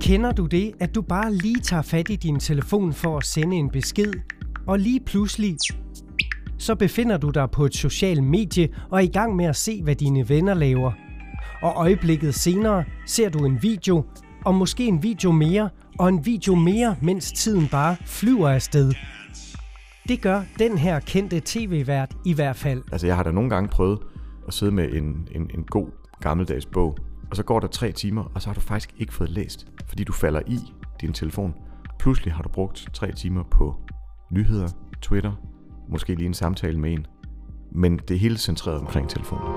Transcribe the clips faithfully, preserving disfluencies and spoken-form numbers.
Kender du det, at du bare lige tager fat i din telefon for at sende en besked, og lige pludselig så befinder du dig på et socialt medie og er i gang med at se, hvad dine venner laver. Og øjeblikket senere ser du en video, og måske en video mere, og en video mere, mens tiden bare flyver afsted. Det gør den her kendte tv-vært i hvert fald. Altså jeg har da nogle gange prøvet at sidde med en, en, en god gammeldags bog, og så går der tre timer, og så har du faktisk ikke fået læst, fordi du falder i din telefon. Pludselig har du brugt tre timer på nyheder, Twitter, måske lige en samtale med en, men det er hele centreret omkring telefonen.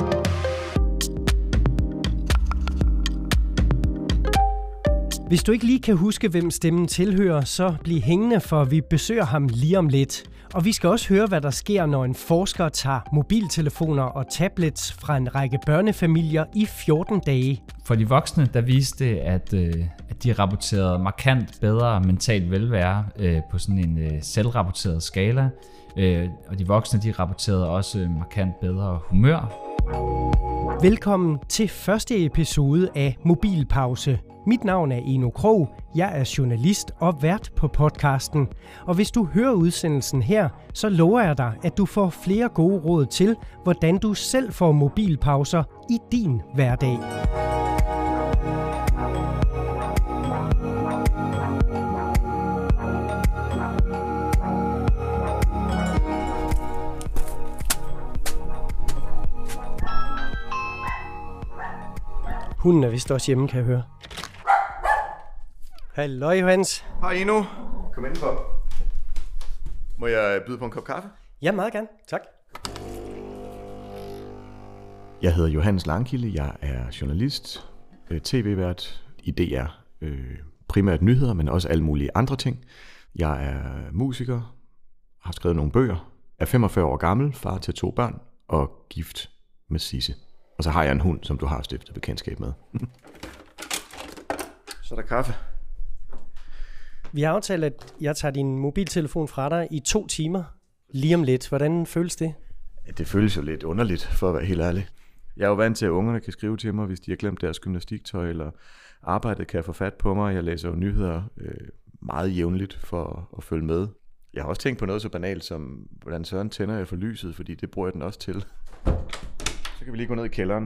Hvis du ikke lige kan huske, hvem stemmen tilhører, så bliv hængende, for vi besøger ham lige om lidt. Og vi skal også høre, hvad der sker, når en forsker tager mobiltelefoner og tablets fra en række børnefamilier i fjorten dage. For de voksne, der viste det, at, øh, at de rapporterede markant bedre mentalt velvære øh, på sådan en øh, selvrapporteret skala. Øh, og de voksne, de rapporterede også øh, markant bedre humør. Velkommen til første episode af Mobilpause. Mit navn er Eno Krog, jeg er journalist og vært på podcasten. Og hvis du hører udsendelsen her, så lover jeg dig, at du får flere gode råd til, hvordan du selv får mobilpauser i din hverdag. Hunden er vist også hjemme, kan jeg høre. Hallo, Johannes. Hej Eno. Kom indenfor. Må jeg byde på en kop kaffe? Ja, meget gerne. Tak. Jeg hedder Johannes Langkilde. Jeg er journalist, tv-vært i D R. Primært nyheder, men også alle mulige andre ting. Jeg er musiker, har skrevet nogle bøger, er femogfyrre år gammel, far til to børn og gift med Sisse. Og så har jeg en hund, som du har stiftet bekendtskab med. Så er der kaffe. Vi har aftalt, at jeg tager din mobiltelefon fra dig i to timer lige om lidt. Hvordan føles det? Det føles jo lidt underligt, for at være helt ærlig. Jeg er jo vant til, at ungerne kan skrive til mig, hvis de har glemt deres gymnastiktøj, eller arbejdet kan få fat på mig. Jeg læser jo nyheder øh, meget jævnligt for at følge med. Jeg har også tænkt på noget så banalt som, hvordan søren tænder jeg for lyset, fordi det bruger jeg den også til. Så kan vi lige gå ned i kælderen.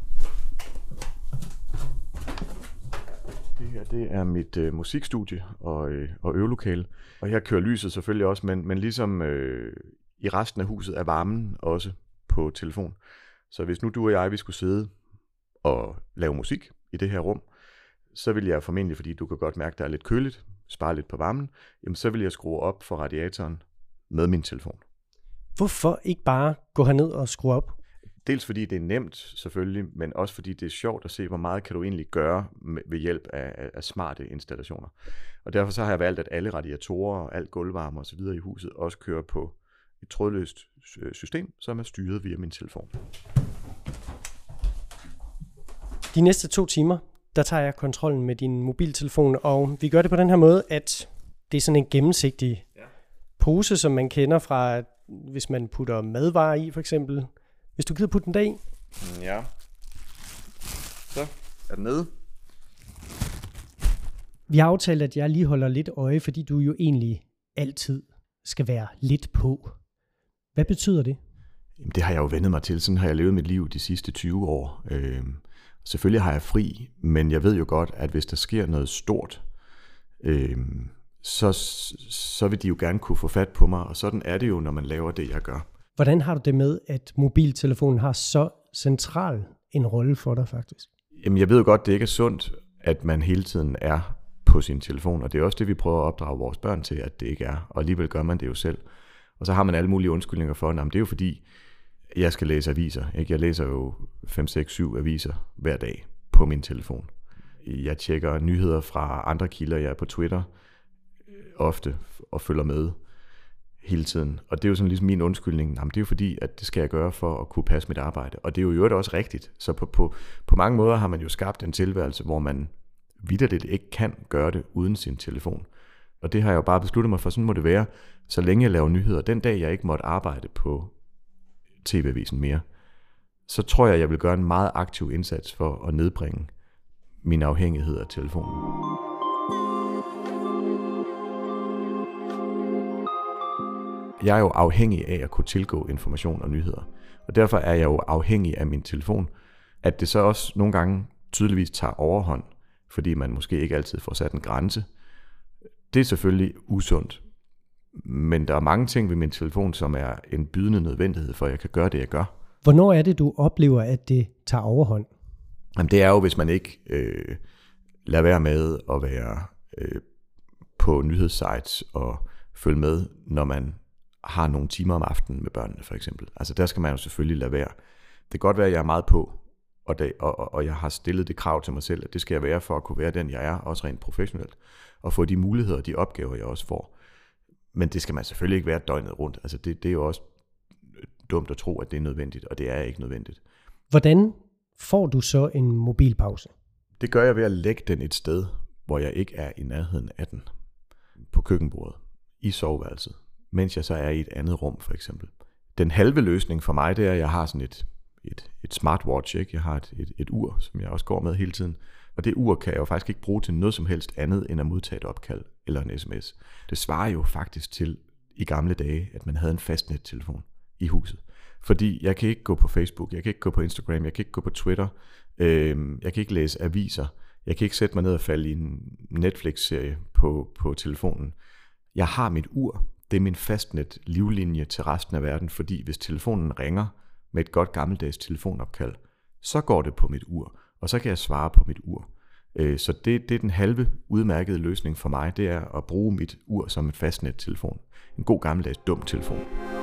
Det her, det er mit øh, musikstudie og, øh, og øvelokale. Og her kører lyset selvfølgelig også, men, men ligesom øh, i resten af huset er varmen også på telefon. Så hvis nu du og jeg, vi skulle sidde og lave musik i det her rum, så vil jeg formentlig, fordi du kan godt mærke, at der er lidt køligt, spare lidt på varmen, jamen så vil jeg skrue op for radiatoren med min telefon. Hvorfor ikke bare gå herned og skrue op? Dels fordi det er nemt selvfølgelig, men også fordi det er sjovt at se, hvor meget kan du egentlig gøre med, ved hjælp af, af smarte installationer. Og derfor så har jeg valgt, at alle radiatorer og alt gulvvarme og så videre i huset også kører på et trådløst system, som er styret via min telefon. De næste to timer, der tager jeg kontrollen med din mobiltelefon, og vi gør det på den her måde, at det er sådan en gennemsigtig ja. pose, som man kender fra, hvis man putter madvarer i for eksempel. Hvis du gider putte den deri. Ja. Så er den nede. Vi har aftalt, at jeg lige holder lidt øje, fordi du jo egentlig altid skal være lidt på. Hvad betyder det? Jamen, det har jeg jo vendet mig til. Sådan har jeg levet mit liv de sidste tyve år. Øh, selvfølgelig har jeg fri, men jeg ved jo godt, at hvis der sker noget stort, øh, så, så vil de jo gerne kunne få fat på mig. Og sådan er det jo, når man laver det, jeg gør. Hvordan har du det med, at mobiltelefonen har så central en rolle for dig faktisk? Jamen, jeg ved jo godt, det ikke er sundt, at man hele tiden er på sin telefon, og det er også det, vi prøver at opdrage vores børn til, at det ikke er, og alligevel gør man det jo selv. Og så har man alle mulige undskyldninger for, at det er jo fordi, jeg skal læse aviser. Ikke? Jeg læser jo fem, seks, syv aviser hver dag på min telefon. Jeg tjekker nyheder fra andre kilder, jeg er på Twitter ofte og følger med hele tiden. Og det er jo sådan ligesom min undskyldning. Jamen, det er jo fordi, at det skal jeg gøre for at kunne passe mit arbejde. Og det er jo i øvrigt også rigtigt. Så på, på, på mange måder har man jo skabt en tilværelse, hvor man vitterligt ikke kan gøre det uden sin telefon. Og det har jeg jo bare besluttet mig for, sådan må det være, så længe jeg laver nyheder. Den dag, jeg ikke måtte arbejde på T V-avisen mere, så tror jeg, jeg vil gøre en meget aktiv indsats for at nedbringe min afhængighed af telefonen. Jeg er jo afhængig af at kunne tilgå information og nyheder, og derfor er jeg jo afhængig af min telefon. At det så også nogle gange tydeligvis tager overhånd, fordi man måske ikke altid får sat en grænse, det er selvfølgelig usundt. Men der er mange ting ved min telefon, som er en bydende nødvendighed for, at jeg kan gøre det, jeg gør. Hvornår er det, du oplever, at det tager overhånd? Jamen, det er jo, hvis man ikke øh, lader være med at være øh, på nyhedssites og følge med, når man har nogle timer om aftenen med børnene, for eksempel. Altså, der skal man jo selvfølgelig lade være. Det kan godt være, at jeg er meget på, og, det, og, og jeg har stillet det krav til mig selv, at det skal jeg være for at kunne være den, jeg er, også rent professionelt, og få de muligheder og de opgaver, jeg også får. Men det skal man selvfølgelig ikke være døgnet rundt. Altså, det, det er jo også dumt at tro, at det er nødvendigt, og det er ikke nødvendigt. Hvordan får du så en mobilpause? Det gør jeg ved at lægge den et sted, hvor jeg ikke er i nærheden af den. På køkkenbordet, i soveværelset, mens jeg så er i et andet rum, for eksempel. Den halve løsning for mig, det er, at jeg har sådan et, et, et smartwatch, ikke? Jeg har et, et, et ur, som jeg også går med hele tiden. Og det ur kan jeg jo faktisk ikke bruge til noget som helst andet, end at modtage et opkald eller en sms. Det svarer jo faktisk til i gamle dage, at man havde en fastnettelefon i huset. Fordi jeg kan ikke gå på Facebook, jeg kan ikke gå på Instagram, jeg kan ikke gå på Twitter, øh, jeg kan ikke læse aviser, jeg kan ikke sætte mig ned og falde i en Netflix-serie på, på telefonen. Jeg har mit ur, det er min fastnet livlinje til resten af verden, fordi hvis telefonen ringer med et godt gammeldags telefonopkald, så går det på mit ur, og så kan jeg svare på mit ur. Øh, så det, det er den halve udmærkede løsning for mig, det er at bruge mit ur som et fastnet-telefon. En god gammeldags dum telefon.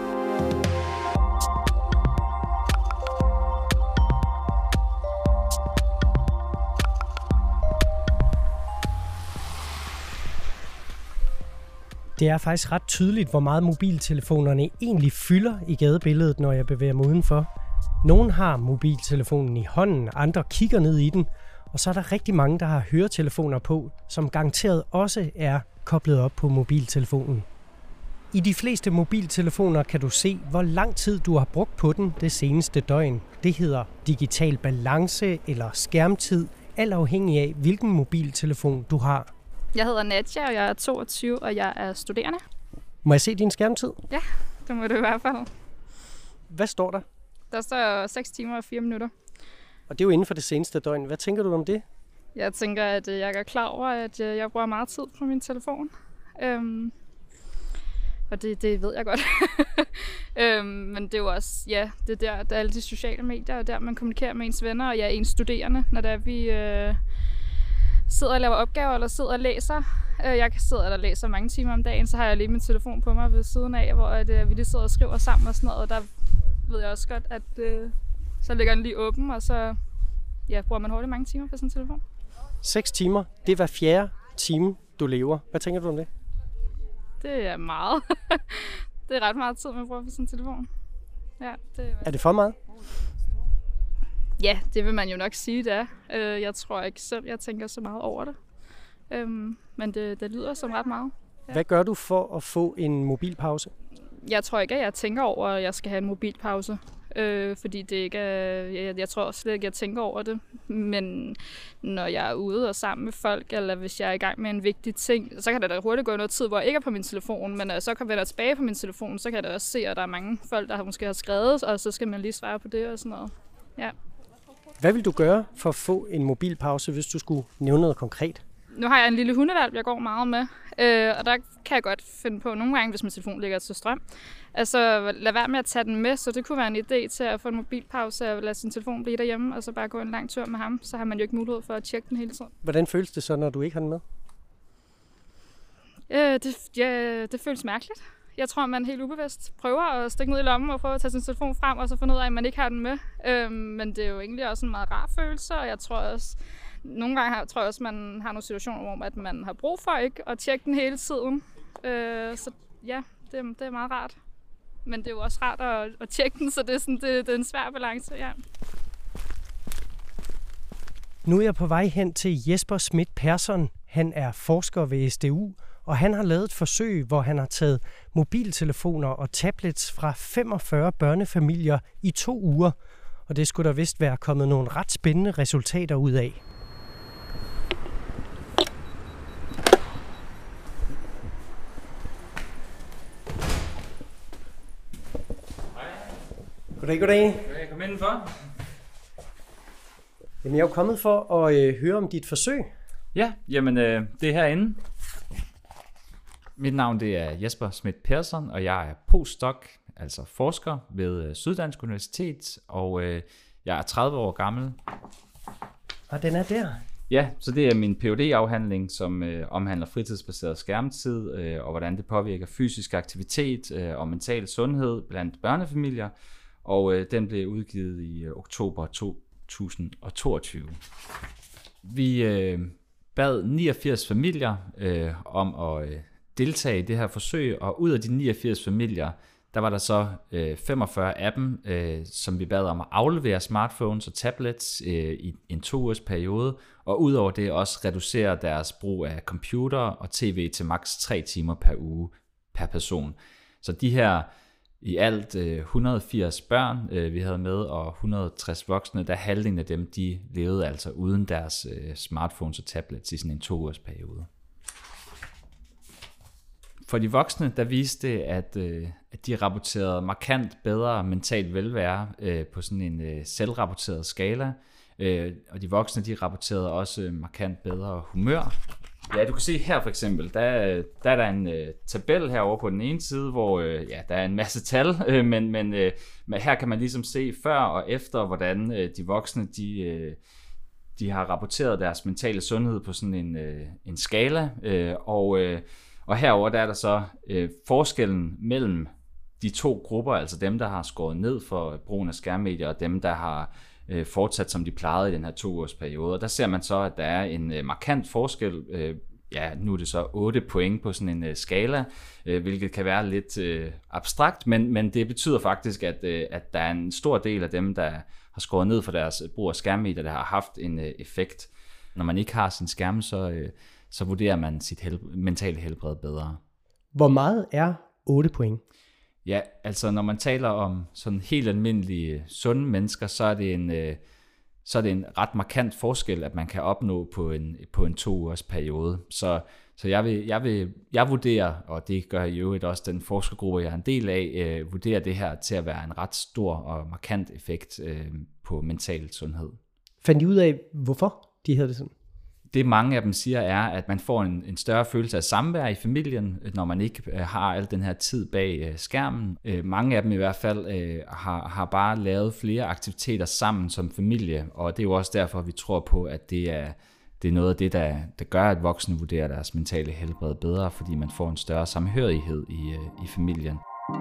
Det er faktisk ret tydeligt, hvor meget mobiltelefonerne egentlig fylder i gadebilledet, når jeg bevæger mig udenfor. Nogle har mobiltelefonen i hånden, andre kigger ned i den, og så er der rigtig mange, der har høretelefoner på, som garanteret også er koblet op på mobiltelefonen. I de fleste mobiltelefoner kan du se, hvor lang tid du har brugt på den det seneste døgn. Det hedder digital balance eller skærmtid, alt afhængig af, hvilken mobiltelefon du har. Jeg hedder Nadja, og jeg er toogtyve, og jeg er studerende. Må jeg se din skærmtid? Ja, det må det i hvert fald. Hvad står der? Der står seks timer og fire minutter. Og det er jo inden for det seneste døgn. Hvad tænker du om det? Jeg tænker, at jeg er klar over, at jeg bruger meget tid på min telefon. Øhm, og det, det ved jeg godt. øhm, men det er jo også, ja, det er der, der er alle de sociale medier, og der man kommunikerer med ens venner, og jeg er ens studerende, når der vi øh, sidder og laver opgaver, eller sidder og læser. Jeg kan sidde og læse mange timer om dagen, så har jeg lige min telefon på mig ved siden af, hvor at, øh, vi lige sidder og skriver sammen og sådan noget, og der ved jeg også godt, at øh, så ligger den lige åben, og så ja, bruger man hurtigt mange timer på sin telefon. Seks timer, det er hver fjerde time, du lever. Hvad tænker du om det? Det er meget. Det er ret meget tid, man bruger på sin telefon. Ja, det er... er det for meget? Ja, det vil man jo nok sige, det er. Jeg tror ikke selv, jeg tænker så meget over det. Men det, det lyder som ret meget. Ja. Hvad gør du for at få en mobilpause? Jeg tror ikke, at jeg tænker over, at jeg skal have en mobilpause. Øh, fordi det ikke er, jeg, jeg tror slet ikke, at jeg tænker over det. Men når jeg er ude og sammen med folk, eller hvis jeg er i gang med en vigtig ting, så kan der da hurtigt gå noget tid, hvor jeg ikke er på min telefon. Men når jeg så kan vende tilbage på min telefon, så kan jeg da også se, at der er mange folk, der måske har skrevet, og så skal man lige svare på det og sådan noget. Ja. Hvad vil du gøre for at få en mobilpause, hvis du skulle nævne noget konkret? Nu har jeg en lille hundevalp, jeg går meget med, øh, og der kan jeg godt finde på nogle gange, hvis min telefon ligger til strøm. Altså lad være med at tage den med, så det kunne være en idé til at få en mobilpause og lade sin telefon blive derhjemme, og så bare gå en lang tur med ham. Så har man jo ikke mulighed for at tjekke den hele tiden. Hvordan føles det så, når du ikke har den med? Øh, det, ja, det føles mærkeligt. Jeg tror, man helt ubevidst prøver at stikke ned i lommen og prøve at tage sin telefon frem, og så finde ud af, at man ikke har den med. Øh, men det er jo egentlig også en meget rar følelse, og jeg tror også... Nogle gange har, tror jeg også, at man har nogle situationer, hvor at man har brug for ikke at tjekke den hele tiden. Øh, så ja, det, det er meget rart. Men det er jo også rart at, at tjekke den, så det er, sådan, det, det er en svær balance. Ja. Nu er jeg på vej hen til Jesper Schmidt Persson. Han er forsker ved S D U, og han har lavet et forsøg, hvor han har taget mobiltelefoner og tablets fra femogfyrre børnefamilier i to uger. Og det skulle der vist være kommet nogle ret spændende resultater ud af. Goddag, goddag. Goddag, kom indenfor. Jamen, jeg er jo kommet for at øh, høre om dit forsøg. Ja, jamen øh, det er herinde. Mit navn det er Jesper Schmidt Persson, og jeg er postdoc, altså forsker ved Syddansk Universitet, og øh, jeg er tredive år gammel. Og den er der. Ja, så det er min P H D-afhandling, som øh, omhandler fritidsbaseret skærmtid, øh, og hvordan det påvirker fysisk aktivitet øh, og mental sundhed blandt børnefamilier, og øh, den blev udgivet i øh, oktober to tusind og toogtyve. Vi øh, bad niogfirs familier øh, om at øh, deltage i det her forsøg, og ud af de niogfirs familier, der var der så øh, femogfyrre af dem, øh, som vi bad om at aflevere smartphones og tablets øh, i en to ugers periode, og udover det også reducere deres brug af computer og tv til maks tre timer per uge per person. Så de her i alt øh, et hundrede og firs børn, øh, vi havde med, og et hundrede og tres voksne, der halvdelen af dem, de levede altså uden deres øh, smartphones og tablets i sådan en to ugers periode. For de voksne, der viste det, at, øh, at de rapporterede markant bedre mental velvære øh, på sådan en øh, selvrapporteret skala. Øh, og de voksne, de rapporterede også øh, markant bedre humør. Ja, du kan se her for eksempel, der, der er der en øh, tabel herovre på den ene side, hvor øh, ja, der er en masse tal, øh, men, men, øh, men her kan man ligesom se før og efter, hvordan øh, de voksne, de... Øh, de har rapporteret deres mentale sundhed på sådan en, øh, en skala, øh, og... Øh, Og herover der er der så øh, forskellen mellem de to grupper, altså dem, der har skåret ned for brugen af skærmmedier, og dem, der har øh, fortsat, som de plejede i den her to års periode. Og der ser man så, at der er en øh, markant forskel. Øh, ja, nu er det så otte point på sådan en øh, skala, øh, hvilket kan være lidt øh, abstrakt, men, men det betyder faktisk, at, øh, at der er en stor del af dem, der har skåret ned for deres brug af skærmmedier, der har haft en øh, effekt. Når man ikke har sin skærm, så... Øh, så vurderer man sit helb- mentale helbred bedre. Hvor meget er otte point? Ja, altså når man taler om sådan helt almindelige sunde mennesker, så er det en, øh, så er det en ret markant forskel, at man kan opnå på en, på en to ugers periode. Så, så jeg, vil, jeg, vil, jeg vurderer, og det gør i øvrigt også den forskergruppe, jeg er en del af, øh, vurderer det her til at være en ret stor og markant effekt øh, på mental sundhed. Fandt I ud af, hvorfor de havde det sådan? Det mange af dem siger er, at man får en, en større følelse af samvær i familien, når man ikke øh, har al den her tid bag øh, skærmen. Øh, mange af dem i hvert fald øh, har, har bare lavet flere aktiviteter sammen som familie, og det er jo også derfor, vi tror på, at det er, det er noget af det, der, der gør, at voksne vurderer deres mentale helbred bedre, fordi man får en større samhørighed i, øh, i familien.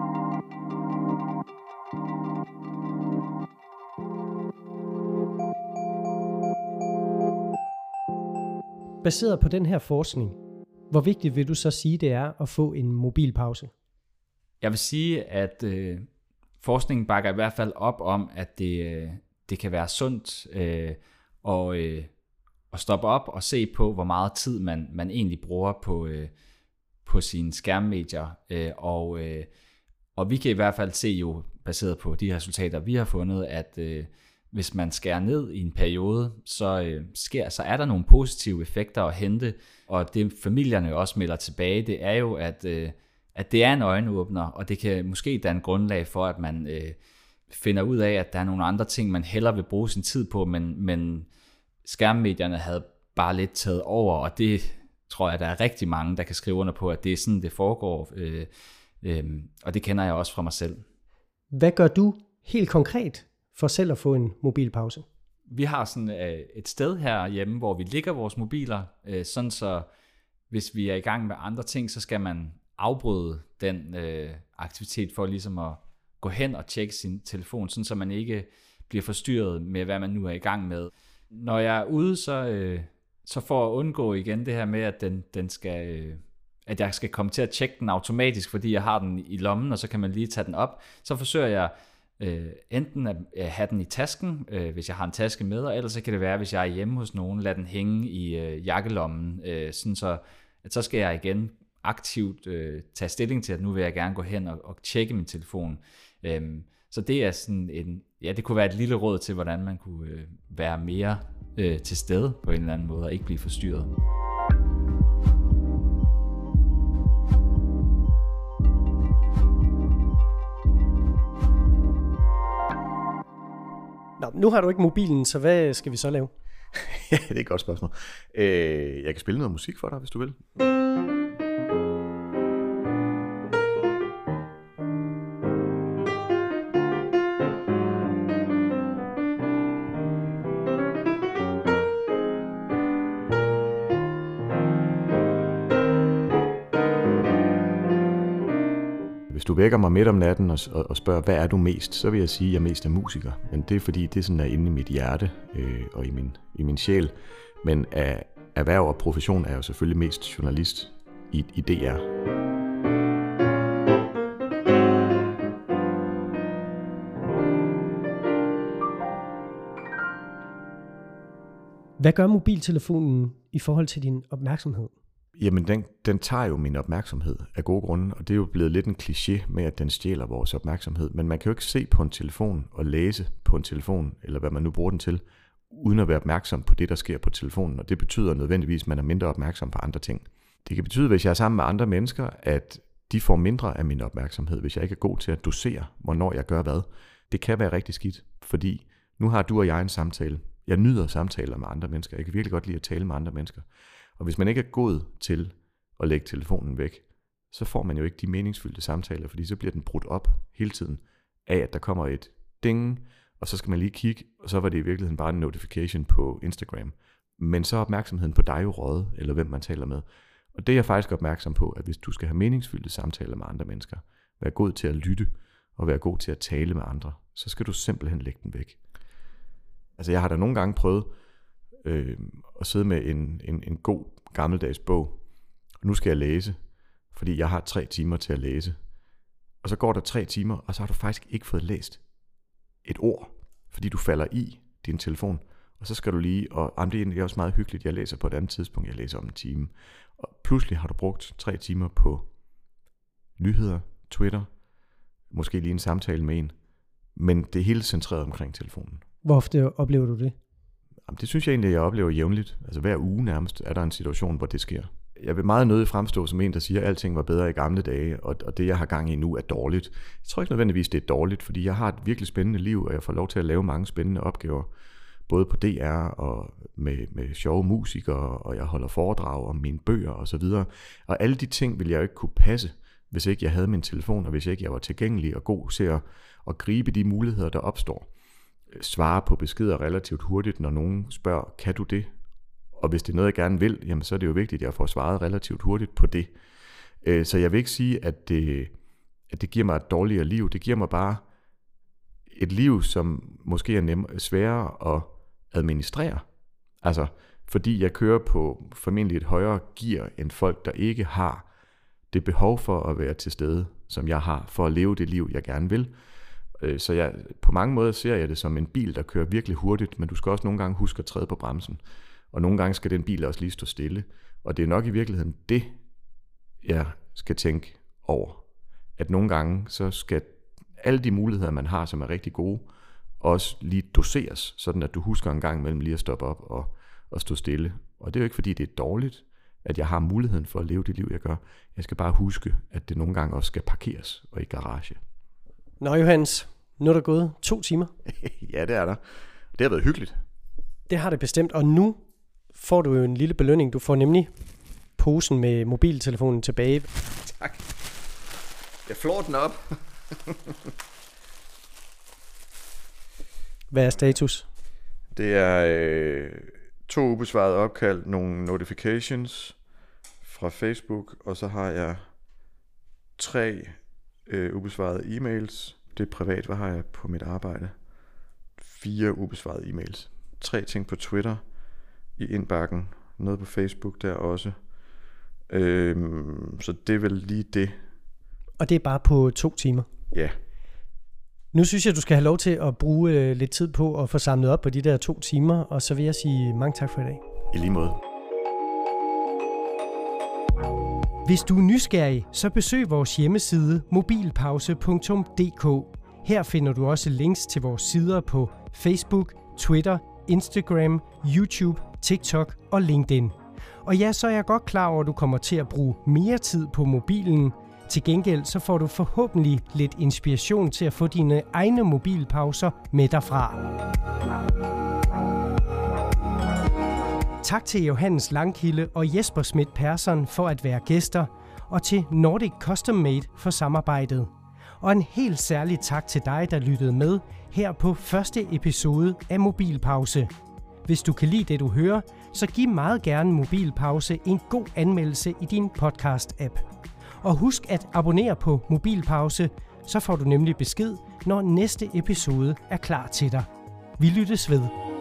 Baseret på den her forskning, hvor vigtigt vil du så sige, det er at få en mobilpause? Jeg vil sige, at øh, forskningen bakker i hvert fald op om, at det, øh, det kan være sundt øh, og, øh, at stoppe op og se på, hvor meget tid man, man egentlig bruger på, øh, på sine skærmmedier. Øh, og, øh, og vi kan i hvert fald se jo, baseret på de resultater, vi har fundet, at øh, hvis man skærer ned i en periode, så, øh, sker, så er der nogle positive effekter at hente, og det familierne også melder tilbage, det er jo, at, øh, at det er en øjenåbner, og det kan måske danne grundlag for, at man øh, finder ud af, at der er nogle andre ting, man hellere vil bruge sin tid på, men, men skærmmedierne havde bare lidt taget over, og det tror jeg, der er rigtig mange, der kan skrive under på, at det er sådan, det foregår, øh, øh, og det kender jeg også fra mig selv. Hvad gør du helt konkret for selv at få en mobilpause? Vi har sådan øh, et sted herhjemme, hvor vi ligger vores mobiler, øh, sådan så hvis vi er i gang med andre ting, så skal man afbryde den øh, aktivitet for ligesom at gå hen og tjekke sin telefon, sådan så man ikke bliver forstyrret med, hvad man nu er i gang med. Når jeg er ude, så, øh, så for at undgå igen det her med, at, den, den skal, øh, at jeg skal komme til at tjekke den automatisk, fordi jeg har den i lommen, og så kan man lige tage den op, så forsøger jeg Øh, enten at øh, have den i tasken, øh, hvis jeg har en taske med, og ellers så kan det være, hvis jeg er hjemme hos nogen, lad den hænge i øh, jakkelommen, øh, sådan så, at så skal jeg igen aktivt øh, tage stilling til, at nu vil jeg gerne gå hen og, og tjekke min telefon. Øh, så det er sådan en, ja, det kunne være et lille råd til, hvordan man kunne øh, være mere øh, til stede på en eller anden måde, og ikke blive forstyrret. Nå, nu har du ikke mobilen, så hvad skal vi så lave? Ja, det er et godt spørgsmål. Øh, jeg kan spille noget musik for dig, hvis du vil. Hvis du vækker mig midt om natten og, og, og spørger, hvad er du mest, så vil jeg sige, at jeg mest er musiker. Men det er fordi, det er sådan, er inde i mit hjerte øh, og i min, i min sjæl. Men af erhverv og profession er jeg jo selvfølgelig mest journalist i, i D R. Hvad gør mobiltelefonen i forhold til din opmærksomhed? Jamen, den, den tager jo min opmærksomhed af gode grunde, og det er jo blevet lidt en kliché med, at den stjæler vores opmærksomhed. Men man kan jo ikke se på en telefon og læse på en telefon, eller hvad man nu bruger den til, uden at være opmærksom på det, der sker på telefonen. Og det betyder nødvendigvis, at man er mindre opmærksom på andre ting. Det kan betyde, hvis jeg er sammen med andre mennesker, at de får mindre af min opmærksomhed, hvis jeg ikke er god til at dosere, hvornår jeg gør hvad. Det kan være rigtig skidt, fordi nu har du og jeg en samtale. Jeg nyder samtaler med andre mennesker. Jeg kan virkelig godt lide at tale med andre mennesker. Og hvis man ikke er god til at lægge telefonen væk, så får man jo ikke de meningsfyldte samtaler, fordi så bliver den brudt op hele tiden af, at der kommer et ding, og så skal man lige kigge, og så var det i virkeligheden bare en notification på Instagram. Men så er opmærksomheden på dig jo røget, eller hvem man taler med. Og det er jeg faktisk opmærksom på, at hvis du skal have meningsfyldte samtaler med andre mennesker, være god til at lytte, og være god til at tale med andre, så skal du simpelthen lægge den væk. Altså jeg har da nogle gange prøvet øh, at sidde med en, en, en god gammeldags bog, og nu skal jeg læse, fordi jeg har tre timer til at læse. Og så går der tre timer, og så har du faktisk ikke fået læst et ord, fordi du falder i din telefon, og så skal du lige, og jamen, det er egentlig også meget hyggeligt, jeg læser på et andet tidspunkt, jeg læser om en time, og pludselig har du brugt tre timer på nyheder, Twitter, måske lige en samtale med en, men det er hele centreret omkring telefonen. Hvor ofte oplever du det? Jamen, det synes jeg egentlig, jeg oplever jævnligt. Altså hver uge nærmest er der en situation, hvor det sker. Jeg vil meget nødig fremstå som en, der siger, at alting var bedre i gamle dage, og, og det, jeg har gang i nu, er dårligt. Jeg tror ikke nødvendigvis, det er dårligt, fordi jeg har et virkelig spændende liv, og jeg får lov til at lave mange spændende opgaver, både på D R og med, med sjove musikere, og jeg holder foredrag om mine bøger osv. Og alle de ting ville jeg jo ikke kunne passe, hvis ikke jeg havde min telefon, og hvis ikke jeg var tilgængelig og god til at, at gribe de muligheder, der opstår. Svare på beskeder relativt hurtigt, når nogen spørger, kan du det? Og hvis det er noget, jeg gerne vil, jamen, så er det jo vigtigt, at jeg får svaret relativt hurtigt på det. Så jeg vil ikke sige, at det, at det giver mig et dårligere liv. Det giver mig bare et liv, som måske er nemmere, sværere at administrere. Altså, fordi jeg kører på formentlig et højere gear, end folk, der ikke har det behov for at være til stede, som jeg har, for at leve det liv, jeg gerne vil. Så jeg, på mange måder ser jeg det som en bil, der kører virkelig hurtigt, men du skal også nogle gange huske at træde på bremsen. Og nogle gange skal den bil også lige stå stille. Og det er nok i virkeligheden det, jeg skal tænke over. At nogle gange, så skal alle de muligheder, man har, som er rigtig gode, også lige doseres, sådan at du husker en gang imellem lige at stoppe op og, og stå stille. Og det er jo ikke fordi, det er dårligt, at jeg har muligheden for at leve det liv, jeg gør. Jeg skal bare huske, at det nogle gange også skal parkeres og i garage. Nå Johannes, nu er der gået to timer. Ja, det er der. Det har været hyggeligt. Det har det bestemt, og nu får du jo en lille belønning. Du får nemlig posen med mobiltelefonen tilbage. Tak. Jeg flår den op. Hvad er status? Det er øh, to ubesvarede opkald, nogle notifications fra Facebook, og så har jeg tre øh, ubesvarede e-mails. Det er privat, hvad har jeg på mit arbejde? Fire ubesvarede e-mails. Tre ting på Twitter i indbakken. Noget på Facebook der også. Øhm, så det er vel lige det. Og det er bare på to timer? Ja. Nu synes jeg, du skal have lov til at bruge øh, lidt tid på at få samlet op på de der to timer, og så vil jeg sige mange tak for i dag. I lige måde. Hvis du er nysgerrig, så besøg vores hjemmeside mobilpause punktum d k. Her finder du også links til vores sider på Facebook, Twitter, Instagram, YouTube, TikTok og LinkedIn. Og ja, så er jeg godt klar over, at du kommer til at bruge mere tid på mobilen. Til gengæld så får du forhåbentlig lidt inspiration til at få dine egne mobilpauser med derfra. Tak til Johannes Langkilde og Jesper Schmidt Persson for at være gæster, og til Nordic Custom Made for samarbejdet. Og en helt særlig tak til dig, der lyttede med her på første episode af Mobilpause. Hvis du kan lide det, du hører, så giv meget gerne Mobilpause en god anmeldelse i din podcast-app. Og husk at abonnere på Mobilpause, så får du nemlig besked, når næste episode er klar til dig. Vi lyttes ved.